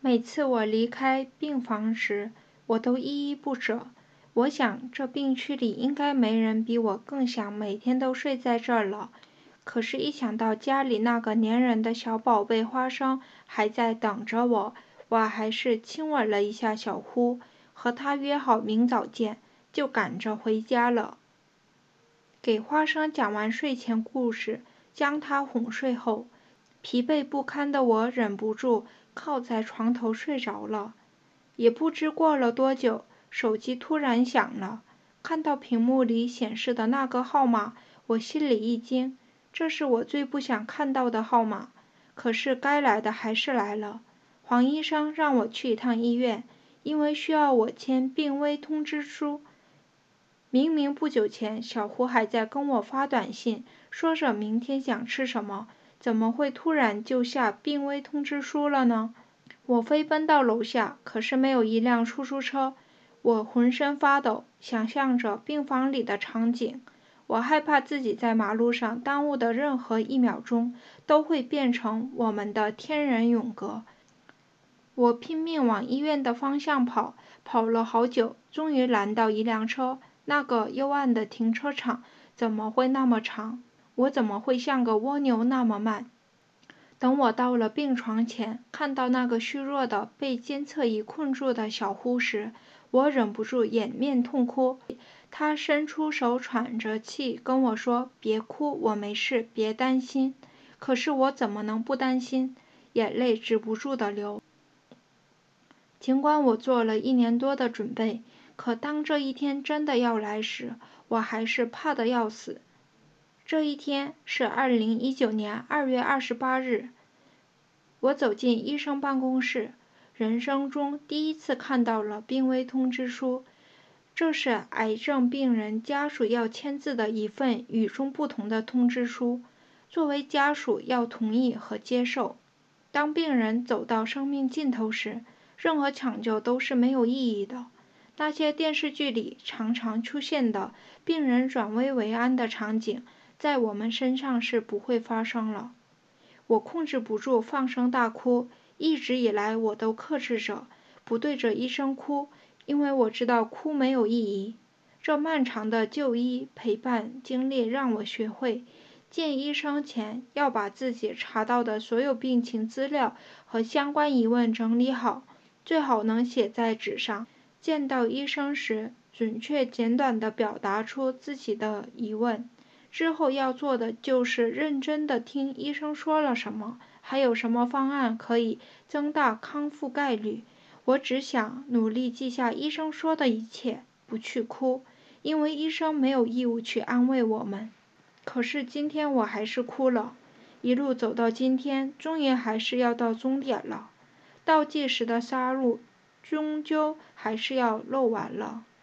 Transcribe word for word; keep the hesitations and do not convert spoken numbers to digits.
每次我离开病房时，我都依依不舍。我想这病区里应该没人比我更想每天都睡在这儿了。可是，一想到家里那个粘人的小宝贝花生还在等着我，我还是亲吻了一下小呼，和他约好明早见，就赶着回家了。给花生讲完睡前故事，将他哄睡后，疲惫不堪的我忍不住靠在床头睡着了。也不知过了多久，手机突然响了，看到屏幕里显示的那个号码，我心里一惊，这是我最不想看到的号码。可是该来的还是来了。黄医生让我去一趟医院，因为需要我签病危通知书。明明不久前小胡还在跟我发短信，说着明天想吃什么，怎么会突然就下病危通知书了呢？我飞奔到楼下，可是没有一辆出租车。我浑身发抖，想象着病房里的场景。我害怕自己在马路上耽误的任何一秒钟，都会变成我们的天人永隔。我拼命往医院的方向跑，跑了好久，终于拦到一辆车。那个幽暗的停车场怎么会那么长？我怎么会像个蜗牛那么慢？等我到了病床前，看到那个虚弱的被监测仪困住的小呼时，我忍不住掩面痛哭。他伸出手喘着气跟我说：“别哭，我没事，别担心。”可是我怎么能不担心？眼泪止不住的流。尽管我做了一年多的准备，可当这一天真的要来时，我还是怕得要死。这一天是二零一九年二月二十八日。我走进医生办公室，人生中第一次看到了病危通知书。这是癌症病人家属要签字的一份与众不同的通知书，作为家属要同意和接受。当病人走到生命尽头时，任何抢救都是没有意义的。那些电视剧里常常出现的病人转危为安的场景，在我们身上是不会发生了。我控制不住放声大哭，一直以来我都克制着，不对着医生哭，因为我知道哭没有意义。这漫长的就医陪伴经历让我学会，见医生前要把自己查到的所有病情资料和相关疑问整理好，最好能写在纸上。见到医生时，准确简短地表达出自己的疑问。之后要做的就是认真地听医生说了什么，还有什么方案可以增大康复概率。我只想努力记下医生说的一切，不去哭，因为医生没有义务去安慰我们。可是今天我还是哭了，一路走到今天，终于还是要到终点了。倒计时的杀戮终究还是要漏完了。